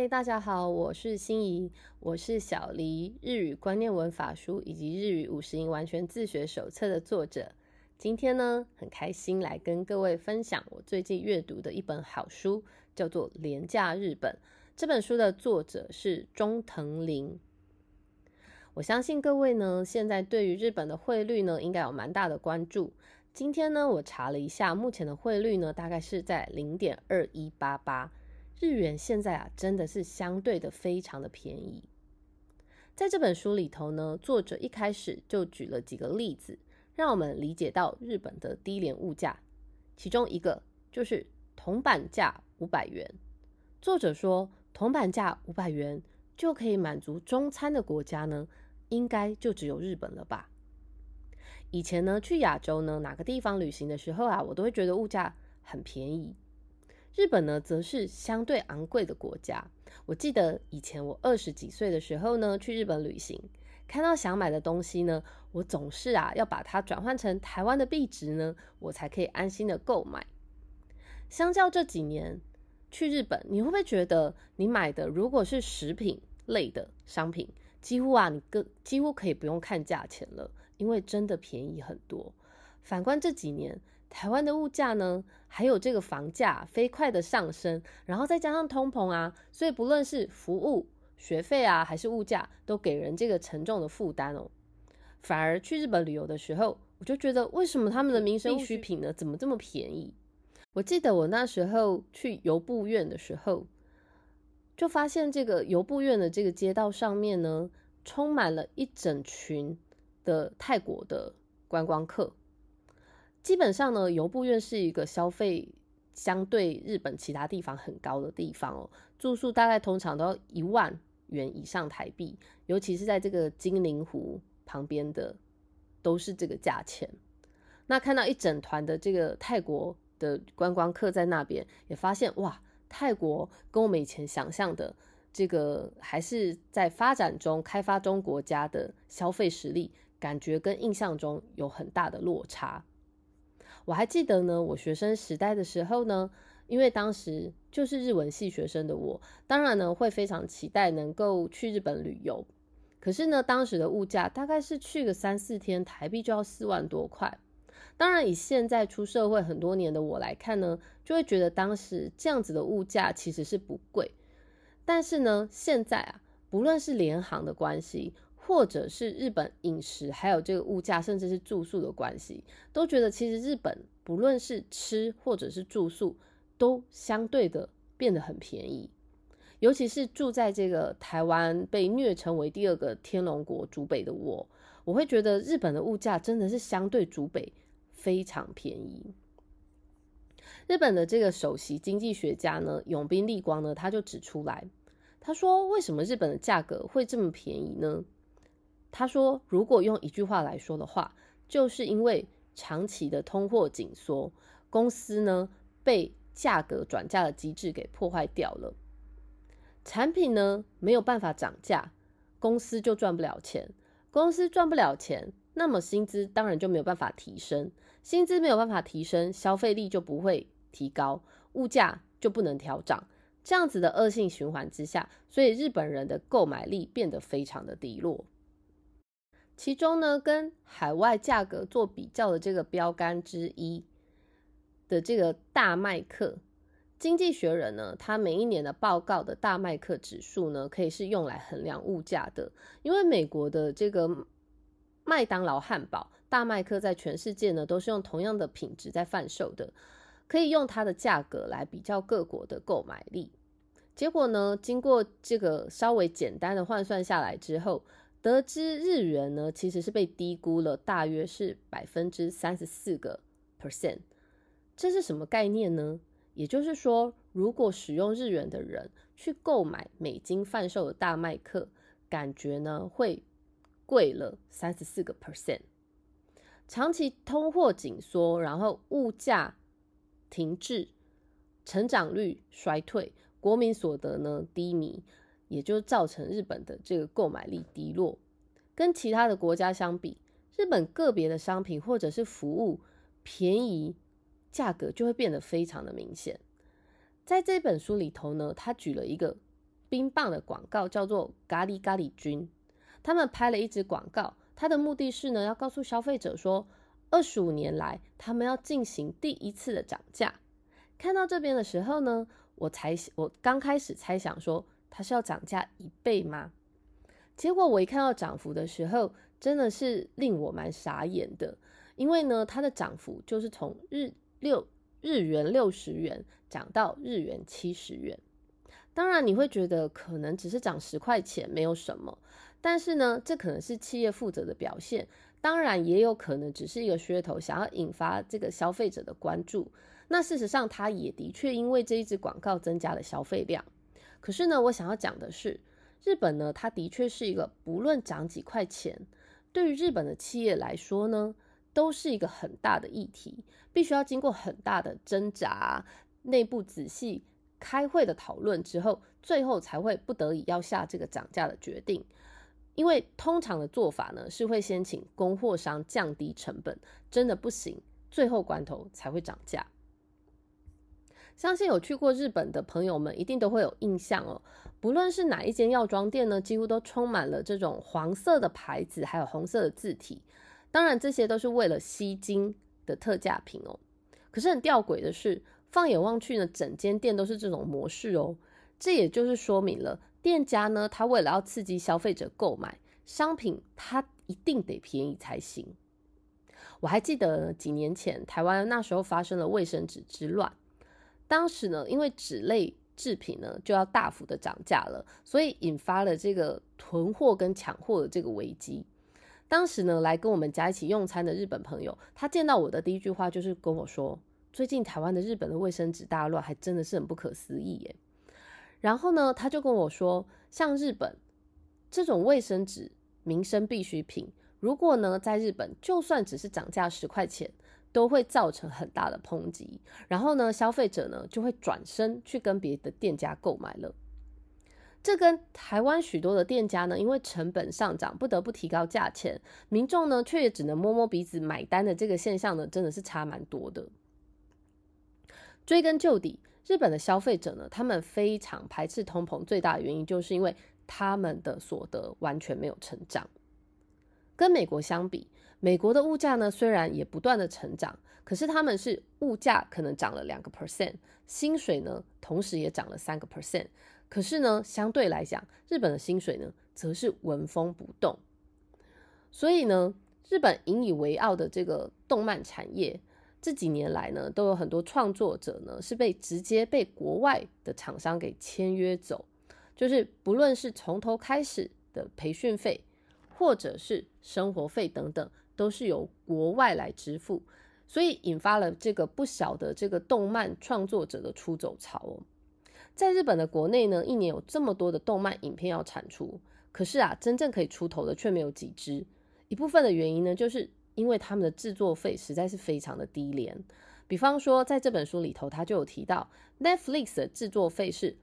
嗨，大家好，我是心怡，我是小黎日语观念文法书以及日语50音完全自学手册的作者。今天呢，很开心来跟各位分享我最近阅读的一本好书，叫做《廉价日本》。这本书的作者是中藤林。我相信各位呢，现在对于日本的汇率呢，应该有蛮大的关注。今天呢，我查了一下，目前的汇率呢，大概是在 0.2188。日元现在啊，真的是相对的非常的便宜。在这本书里头呢，作者一开始就举了几个例子，让我们理解到日本的低廉物价。其中一个就是铜板价500元。作者说，铜板价500元就可以满足中餐的国家呢，应该就只有日本了吧。以前呢，去亚洲呢，哪个地方旅行的时候啊，我都会觉得物价很便宜。日本呢，则是相对昂贵的国家。我记得以前我20几岁的时候呢，去日本旅行，看到想买的东西呢，我总是要把它转换成台湾的币值呢，我才可以安心的购买。相较这几年去日本，你会不会觉得你买的如果是食品类的商品，几乎可以不用看价钱了，因为真的便宜很多。反观这几年，台湾的物价呢，还有这个房价飞快的上升，然后再加上通膨啊，所以不论是服务、学费啊，还是物价，都给人这个沉重的负担哦。反而去日本旅游的时候，我就觉得为什么他们的民生必需品呢，怎么这么便宜？我记得我那时候去游步院的时候，就发现这个游步院的这个街道上面呢，充满了一整群的泰国的观光客。基本上呢，游步院是一个消费相对日本其他地方很高的地方哦，住宿大概通常都要1万元以上台币，尤其是在这个金陵湖旁边的都是这个价钱。那看到一整团的这个泰国的观光客在那边，也发现哇，泰国跟我们以前想象的这个还是在发展中、开发中国家的消费实力，感觉跟印象中有很大的落差。我还记得呢，我学生时代的时候呢，因为当时就是日文系学生的我，当然呢会非常期待能够去日本旅游。可是呢，当时的物价大概是去个3-4天，台币就要4万多块。当然，以现在出社会很多年的我来看呢，就会觉得当时这样子的物价其实是不贵。但是呢，现在不论是联航的关系，或者是日本饮食，还有这个物价，甚至是住宿的关系，都觉得其实日本不论是吃或者是住宿，都相对的变得很便宜。尤其是住在这个台湾被虐成为第2个天龙国竹北的我会觉得日本的物价真的是相对竹北非常便宜。日本的这个首席经济学家呢，永滨利光呢，他就指出来，他说为什么日本的价格会这么便宜呢？他说，如果用一句话来说的话，就是因为长期的通货紧缩，公司呢被价格转嫁的机制给破坏掉了。产品呢没有办法涨价，公司就赚不了钱。公司赚不了钱，那么薪资当然就没有办法提升。薪资没有办法提升，消费力就不会提高，物价就不能调涨。这样子的恶性循环之下，所以日本人的购买力变得非常的低落。其中呢，跟海外价格做比较的这个标杆之一的这个大麦克，经济学人呢，他每一年的报告的大麦克指数呢，可以是用来衡量物价的。因为美国的这个麦当劳汉堡、大麦克在全世界呢，都是用同样的品质在贩售的，可以用它的价格来比较各国的购买力。结果呢，经过这个稍微简单的换算下来之后，得知日元呢其实是被低估了，大约是34%。这是什么概念呢？也就是说，如果使用日元的人去购买美金贩售的大麦克，感觉呢会贵了34%。长期通货紧缩，然后物价停滞，成长率衰退，国民所得呢低迷，也就造成日本的这个购买力低落。跟其他的国家相比，日本个别的商品或者是服务便宜，价格就会变得非常的明显。在这本书里头呢，他举了一个冰棒的广告叫做咖喱咖喱君，他们拍了一支广告，它的目的是呢要告诉消费者说25年来他们要进行第一次的涨价。看到这边的时候呢，我刚开始猜想说它是要涨价1倍吗？结果我一看到涨幅的时候，真的是令我蛮傻眼的，因为呢它的涨幅就是从日元60元涨到日元70元。当然你会觉得可能只是涨10块钱没有什么，但是呢这可能是企业负责的表现，当然也有可能只是一个噱头，想要引发这个消费者的关注。那事实上它也的确因为这一支广告增加了消费量。可是呢我想要讲的是，日本呢它的确是一个不论涨几块钱，对于日本的企业来说呢都是一个很大的议题，必须要经过很大的挣扎，内部仔细开会的讨论之后，最后才会不得已要下这个涨价的决定。因为通常的做法呢是会先请供货商降低成本，真的不行，最后关头才会涨价。相信有去过日本的朋友们一定都会有印象哦，不论是哪一间药妆店呢，几乎都充满了这种黄色的牌子还有红色的字体，当然这些都是为了吸睛的特价品哦。可是很吊诡的是，放眼望去呢，整间店都是这种模式哦。这也就是说明了店家呢，他为了要刺激消费者购买商品，他一定得便宜才行。我还记得几年前台湾那时候发生了卫生纸之乱，当时呢因为纸类制品呢就要大幅的涨价了，所以引发了这个囤货跟抢货的这个危机。当时呢来跟我们家一起用餐的日本朋友，他见到我的第一句话就是跟我说，最近台湾的日本的卫生纸大乱，还真的是很不可思议耶。然后呢他就跟我说，像日本这种卫生纸民生必需品，如果呢在日本就算只是涨价10块钱，都会造成很大的抨击，然后呢消费者呢就会转身去跟别的店家购买了。这跟台湾许多的店家呢因为成本上涨不得不提高价钱，民众呢却也只能摸摸鼻子买单的这个现象呢真的是差蛮多的。追根究底，日本的消费者呢他们非常排斥通膨，最大的原因就是因为他们的所得完全没有成长。跟美国相比，美国的物价呢虽然也不断的成长，可是他们是物价可能涨了2%，薪水呢同时也涨了3%，可是呢相对来讲，日本的薪水呢则是纹风不动。所以呢日本引以为傲的这个动漫产业，这几年来呢都有很多创作者呢是直接被国外的厂商给签约走，就是不论是从头开始的培训费或者是生活费等等，都是由国外来支付，所以引发了这个不小的这个动漫创作者的出走潮哦。在日本的国内呢，一年有这么多的动漫影片要产出，可是真正可以出头的却没有几支。一部分的原因呢，就是因为他们的制作费实在是非常的低廉。比方说在这本书里头，他就有提到 Netflix 的制作费是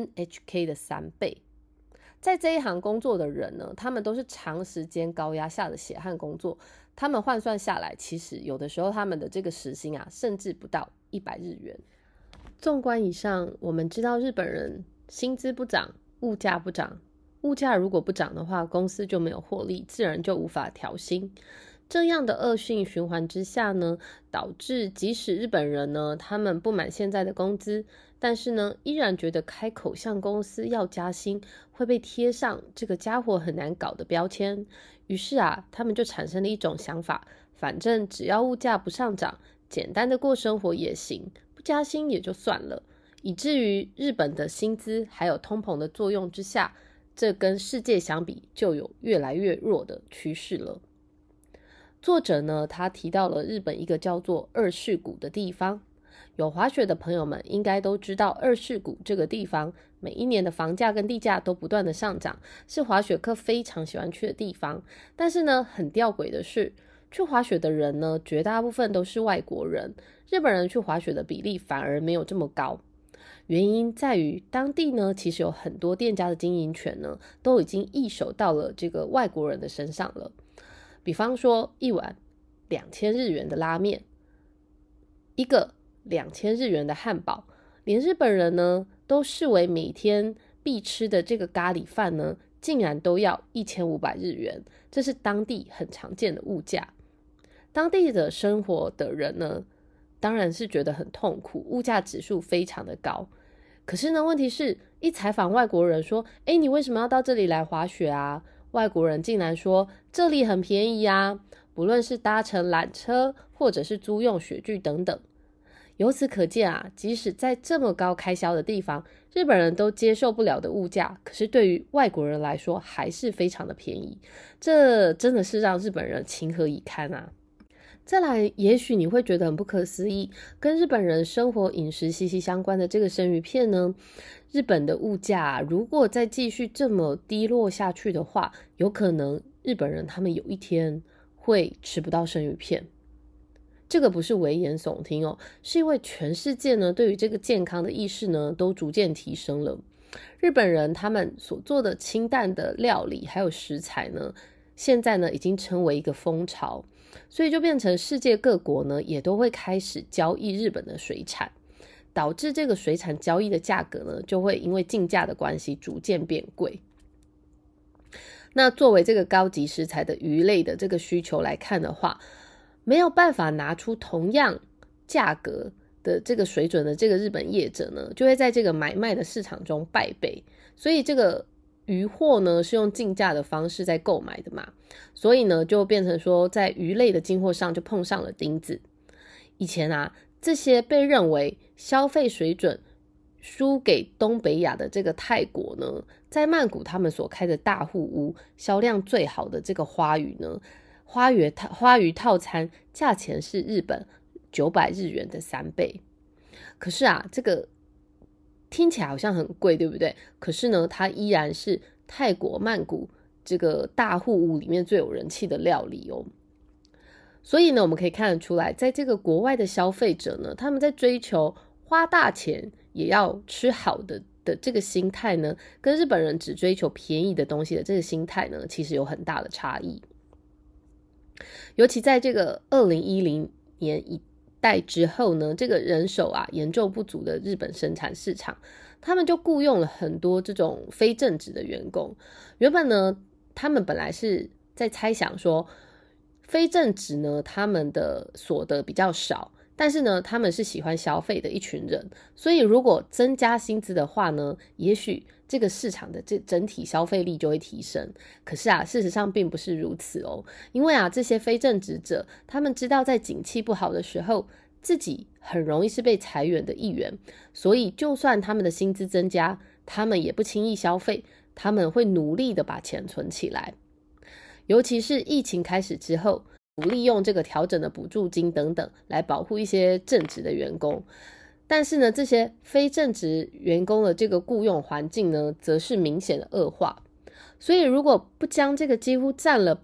NHK 的3倍。在这一行工作的人呢，他们都是长时间高压下的血汗工作，他们换算下来，其实有的时候他们的这个时薪甚至不到100日元。纵观以上，我们知道日本人薪资不涨，物价不涨，物价如果不涨的话，公司就没有获利，自然就无法调薪。这样的恶性循环之下呢，导致即使日本人呢他们不满现在的工资，但是呢依然觉得开口向公司要加薪会被贴上这个家伙很难搞的标签。于是他们就产生了一种想法，反正只要物价不上涨，简单的过生活也行，不加薪也就算了。以至于日本的薪资还有通膨的作用之下，这跟世界相比就有越来越弱的趋势了。作者呢，他提到了日本一个叫做二世谷的地方。有滑雪的朋友们应该都知道，二世谷这个地方每一年的房价跟地价都不断的上涨，是滑雪客非常喜欢去的地方。但是呢，很吊诡的是，去滑雪的人呢，绝大部分都是外国人，日本人去滑雪的比例反而没有这么高。原因在于当地呢，其实有很多店家的经营权呢，都已经易手到了这个外国人的身上了。比方说一碗2000日元的拉面，一个2000日元的汉堡，连日本人呢都视为每天必吃的这个咖喱饭呢，竟然都要1500日元，这是当地很常见的物价。当地的生活的人呢，当然是觉得很痛苦，物价指数非常的高。可是呢，问题是一采访外国人说，你为什么要到这里来滑雪啊？外国人竟然说这里很便宜啊，不论是搭乘缆车或者是租用雪具等等。由此可见啊，即使在这么高开销的地方，日本人都接受不了的物价，可是对于外国人来说还是非常的便宜，这真的是让日本人情何以堪啊。再来，也许你会觉得很不可思议，跟日本人生活饮食息息相关的这个生鱼片呢，日本的物价如果再继续这么低落下去的话，有可能日本人他们有一天会吃不到生鱼片。这个不是危言耸听哦，是因为全世界呢对于这个健康的意识呢都逐渐提升了。日本人他们所做的清淡的料理还有食材呢，现在呢已经成为一个风潮，所以就变成世界各国呢也都会开始交易日本的水产，导致这个水产交易的价格呢就会因为进价的关系逐渐变贵。那作为这个高级食材的鱼类的这个需求来看的话，没有办法拿出同样价格的这个水准的这个日本业者呢，就会在这个买卖的市场中败北。所以这个鱼货呢是用竞价的方式在购买的嘛，所以呢就变成说在鱼类的进货上就碰上了钉子。以前啊，这些被认为消费水准输给东北亚的这个泰国呢，在曼谷他们所开的大户屋销量最好的这个花鱼呢，花鱼套餐价钱是日本900日元的3倍。可是啊，这个听起来好像很贵，对不对？可是呢，它依然是泰国曼谷这个大户屋里面最有人气的料理哦。所以呢，我们可以看得出来，在这个国外的消费者呢，他们在追求花大钱也要吃好的这个心态呢，跟日本人只追求便宜的东西的这个心态呢，其实有很大的差异。尤其在这个2010年一代之后呢，这个人手啊严重不足的日本生产市场，他们就雇佣了很多这种非正职的员工。原本呢，他们本来是在猜想说，非正职呢，他们的所得比较少，但是呢，他们是喜欢消费的一群人，所以如果增加薪资的话呢，也许这个市场的整体消费力就会提升。可是啊，事实上并不是如此哦，因为啊，这些非正职者，他们知道在景气不好的时候，自己很容易是被裁员的一员，所以就算他们的薪资增加，他们也不轻易消费，他们会努力的把钱存起来。尤其是疫情开始之后，利用这个调整的补助金等等来保护一些正职的员工，但是呢，这些非正职员工的这个雇用环境呢，则是明显的恶化。所以如果不将这个几乎占了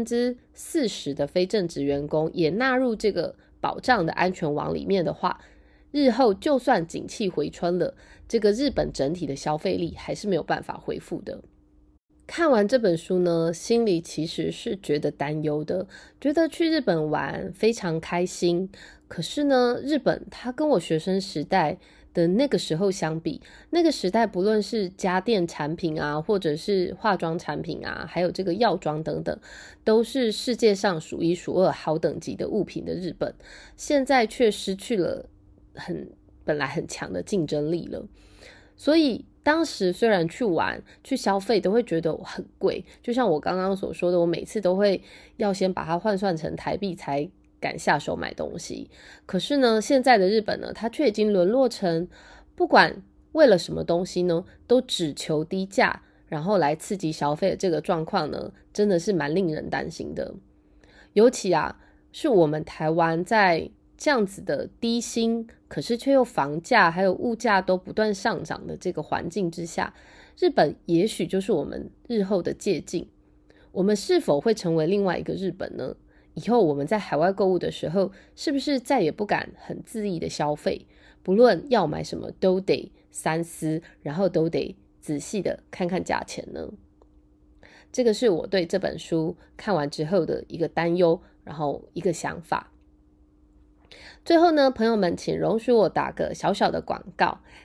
40%的非正职员工也纳入这个保障的安全网里面的话，日后就算景气回春了，这个日本整体的消费力还是没有办法恢复的。看完这本书呢，心里其实是觉得担忧的，觉得去日本玩非常开心，可是呢，日本它跟我学生时代的那个时候相比，那个时代不论是家电产品啊，或者是化妆产品啊，还有这个药妆等等，都是世界上数一数二好等级的物品的日本，现在却失去了本来很强的竞争力了。所以当时虽然去玩去消费都会觉得很贵，就像我刚刚所说的，我每次都会要先把它换算成台币才敢下手买东西。可是呢，现在的日本呢，它却已经沦落成不管为了什么东西呢，都只求低价，然后来刺激消费的这个状况呢，真的是蛮令人担心的。尤其啊，是我们台湾在这样子的低薪，可是却又房价还有物价都不断上涨的这个环境之下，日本也许就是我们日后的借鉴。我们是否会成为另外一个日本呢？以后我们在海外购物的时候，是不是再也不敢很恣意的消费？不论要买什么都得三思，然后都得仔细的看看价钱呢？这个是我对这本书看完之后的一个担忧，然后一个想法。最后呢，朋友们请容许我打个小小的广告。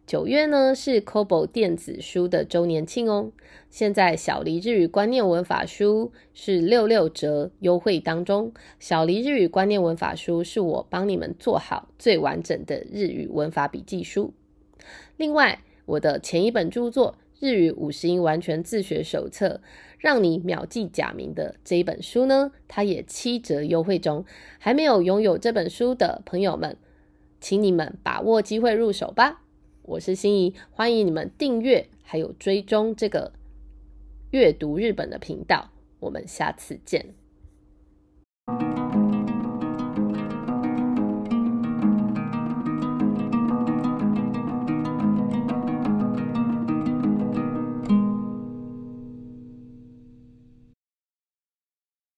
9月呢是 Kobo 电子书的周年庆哦。现在小黎日语观念文法书是66折优惠当中。小黎日语观念文法书是我帮你们做好最完整的日语文法笔记书。另外，我的前一本著作《日语50音完全自学手册》，让你秒记假名的这一本书呢，它也7折优惠中。还没有拥有这本书的朋友们，请你们把握机会入手吧。我是心怡，欢迎你们订阅还有追踪这个阅读日本的频道。我们下次见。